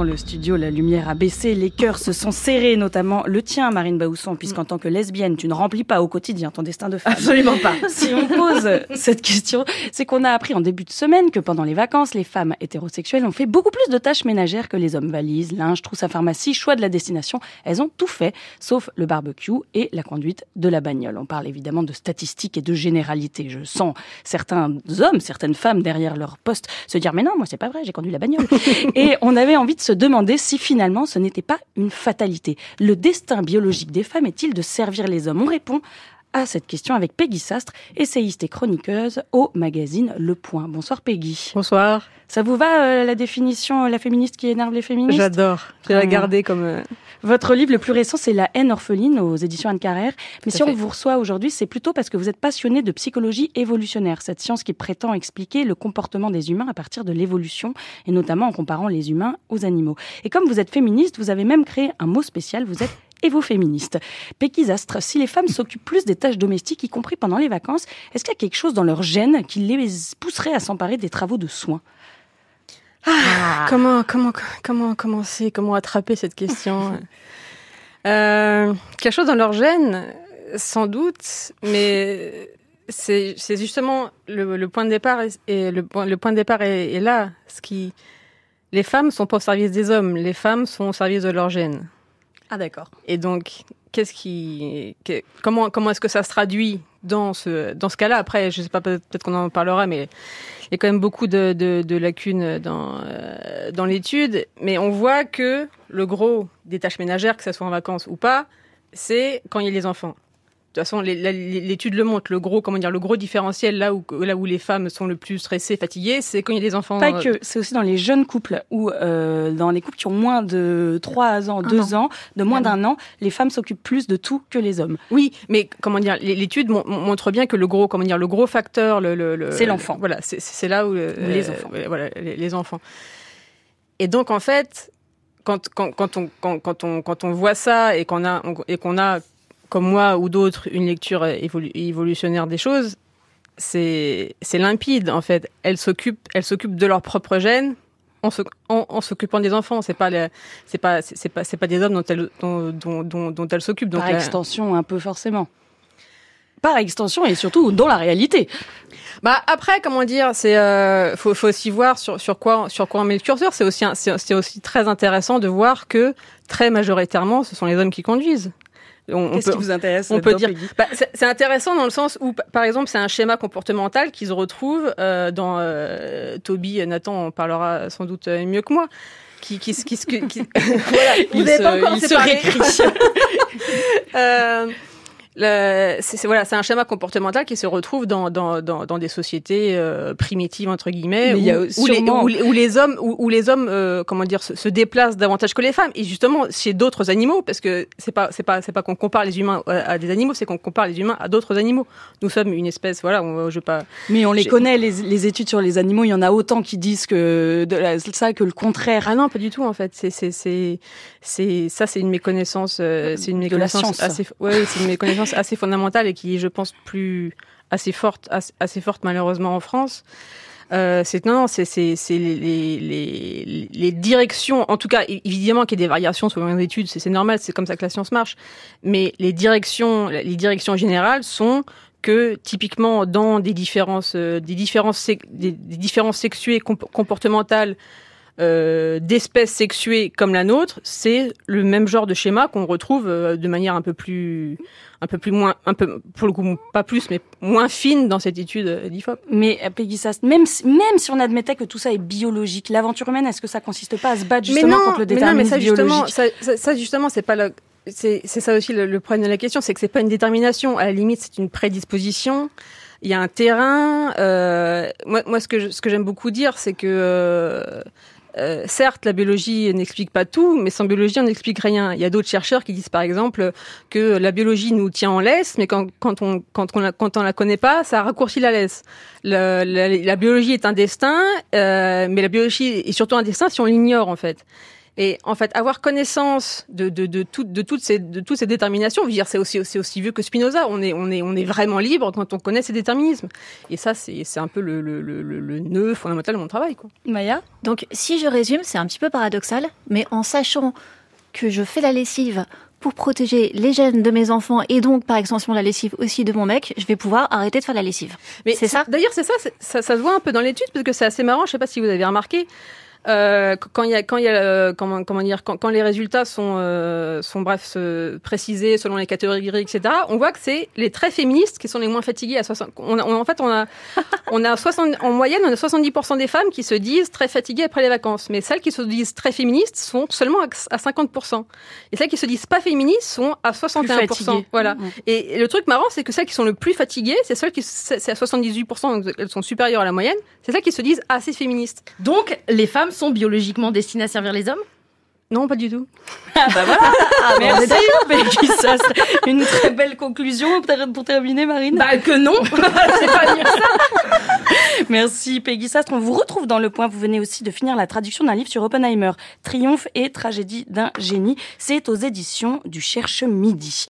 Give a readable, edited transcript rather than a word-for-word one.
Dans le studio, la lumière a baissé, les cœurs se sont serrés, notamment le tien, Marine Baousson, puisqu'en tant que lesbienne, tu ne remplis pas au quotidien ton destin de femme. Absolument pas. Si on pose cette question, c'est qu'on a appris en début de semaine que pendant les vacances, les femmes hétérosexuelles ont fait beaucoup plus de tâches ménagères que les hommes. Valises, linge, trousse à pharmacie, choix de la destination, elles ont tout fait, sauf le barbecue et la conduite de la bagnole. On parle évidemment de statistiques et de généralités. Je sens certains hommes, certaines femmes derrière leur poste se dire « Mais non, moi c'est pas vrai, j'ai conduit la bagnole ». Et on avait envie de se demander si finalement ce n'était pas une fatalité. Le destin biologique des femmes est-il de servir les hommes ? On répond à cette question avec Peggy Sastre, essayiste et chroniqueuse au magazine Le Point. Bonsoir Peggy. Bonsoir. Ça vous va la définition, la féministe qui énerve les féministes ? J'adore. Je vais la garder comme... Votre livre le plus récent, c'est La haine orpheline aux éditions Anne Carrère. Mais si on vous reçoit aujourd'hui, c'est plutôt parce que vous êtes passionné de psychologie évolutionnaire, cette science qui prétend expliquer le comportement des humains à partir de l'évolution, et notamment en comparant les humains aux animaux. Et comme vous êtes féministe, vous avez même créé un mot spécial, vous êtes évo-féministe. Peggy Sastre, si les femmes s'occupent plus des tâches domestiques, y compris pendant les vacances, est-ce qu'il y a quelque chose dans leur gène qui les pousserait à s'emparer des travaux de soins ? Comment commencer ? Comment attraper cette question ? Quelque chose dans leur gène, sans doute, mais c'est justement le point de départ le point de départ est là. Les femmes sont pas au service des hommes, les femmes sont au service de leur gène. Ah d'accord. Et donc, comment est-ce que ça se traduit dans ce cas-là ? Après, je sais pas, peut-être qu'on en parlera, mais il y a quand même beaucoup de lacunes dans l'étude. Mais on voit que le gros des tâches ménagères, que ça soit en vacances ou pas, c'est quand il y a les enfants. De toute façon, l'étude le montre. Le gros différentiel là où les femmes sont le plus stressées, fatiguées, c'est quand il y a des enfants. Pas que, c'est aussi dans les jeunes couples ou dans les couples qui ont moins de 3 ans, 2 ans, de moins d'1 an, les femmes s'occupent plus de tout que les hommes. Oui, mais l'étude montre bien que le gros facteur, c'est l'enfant. Voilà, c'est là où les enfants. Voilà, les enfants. Et donc en fait, quand on voit ça et qu'on a comme moi ou d'autres, une lecture évolutionnaire des choses, c'est limpide, en fait. Elles s'occupent de leur propre gène en s'occupant des enfants. C'est pas des hommes dont elles s'occupent. Donc, par extension, un peu forcément. Par extension et surtout dans la réalité. Après, comment dire, faut aussi voir sur quoi on met le curseur. C'est aussi très intéressant de voir que très majoritairement, ce sont les hommes qui conduisent. Qu'est-ce qui vous intéresse ? On peut dire, c'est intéressant dans le sens où, par exemple, c'est un schéma comportemental qui se retrouve dans Toby et Nathan en parlera sans doute mieux que moi. Voilà, il se réécrit. C'est un schéma comportemental qui se retrouve dans des sociétés primitives entre guillemets, où les hommes se déplacent davantage que les femmes, et justement chez d'autres animaux, parce que c'est pas qu'on compare les humains à des animaux, c'est qu'on compare les humains à d'autres animaux. Nous sommes une espèce, voilà, mais on les connaît, les études sur les animaux, il y en a autant qui disent que que le contraire. Ah non, pas du tout en fait. C'est une méconnaissance, c'est une méconnaissance assez, c'est une méconnaissance assez fondamentale et qui est, je pense, assez forte malheureusement en France. C'est les directions, en tout cas évidemment qu'il y a des variations selon les études, c'est normal, c'est comme ça que la science marche, mais les directions générales sont que typiquement dans des différences sexuées comportementales d'espèces sexuées comme la nôtre, c'est le même genre de schéma qu'on retrouve de manière un peu pour le coup pas plus mais moins fine dans cette étude d'IFOP. Mais Peggy Sastre, même si on admettait que tout ça est biologique, l'aventure humaine, est-ce que ça consiste pas à se battre justement contre le déterminisme biologique ? Ça justement, c'est pas c'est ça aussi le problème de la question, c'est que c'est pas une détermination, à la limite c'est une prédisposition. Il y a un terrain. Moi, ce que j'aime beaucoup dire, c'est que certes, la biologie n'explique pas tout, mais sans biologie, on n'explique rien. Il y a d'autres chercheurs qui disent, par exemple, que la biologie nous tient en laisse, mais quand on la connaît pas, ça raccourcit la laisse. La biologie est un destin, mais la biologie est surtout un destin si on l'ignore, en fait. Et en fait, avoir connaissance de toutes ces déterminations, je veux dire, c'est aussi vieux que Spinoza. On est vraiment libre quand on connaît ces déterminismes. Et ça, c'est un peu le nœud fondamental de mon travail, quoi. Maya ? Donc, si je résume, c'est un petit peu paradoxal, mais en sachant que je fais la lessive pour protéger les gènes de mes enfants et donc, par extension, la lessive aussi de mon mec, je vais pouvoir arrêter de faire la lessive. Mais c'est ça ? D'ailleurs, ça se voit un peu dans l'étude, parce que c'est assez marrant, je sais pas si vous avez remarqué, quand les résultats sont précisés selon les catégories, etc., on voit que c'est les très féministes qui sont les moins fatiguées à 60. En moyenne, on a 70% des femmes qui se disent très fatiguées après les vacances. Mais celles qui se disent très féministes sont seulement à 50%. Et celles qui se disent pas féministes sont à 61%. Voilà. Et le truc marrant, c'est que celles qui sont le plus fatiguées, c'est celles c'est à 78%, donc elles sont supérieures à la moyenne. C'est celles qui se disent assez féministes. Donc, les femmes sont biologiquement destinées à servir les hommes ? Non, pas du tout. Ah bah voilà. Merci, Peggy Sastre. Une très belle conclusion pour terminer, Marine. Bah que non. C'est pas mieux que ça. Merci, Peggy Sastre. On vous retrouve dans Le Point. Vous venez aussi de finir la traduction d'un livre sur Oppenheimer, Triomphe et tragédie d'un génie. C'est aux éditions du Cherche Midi.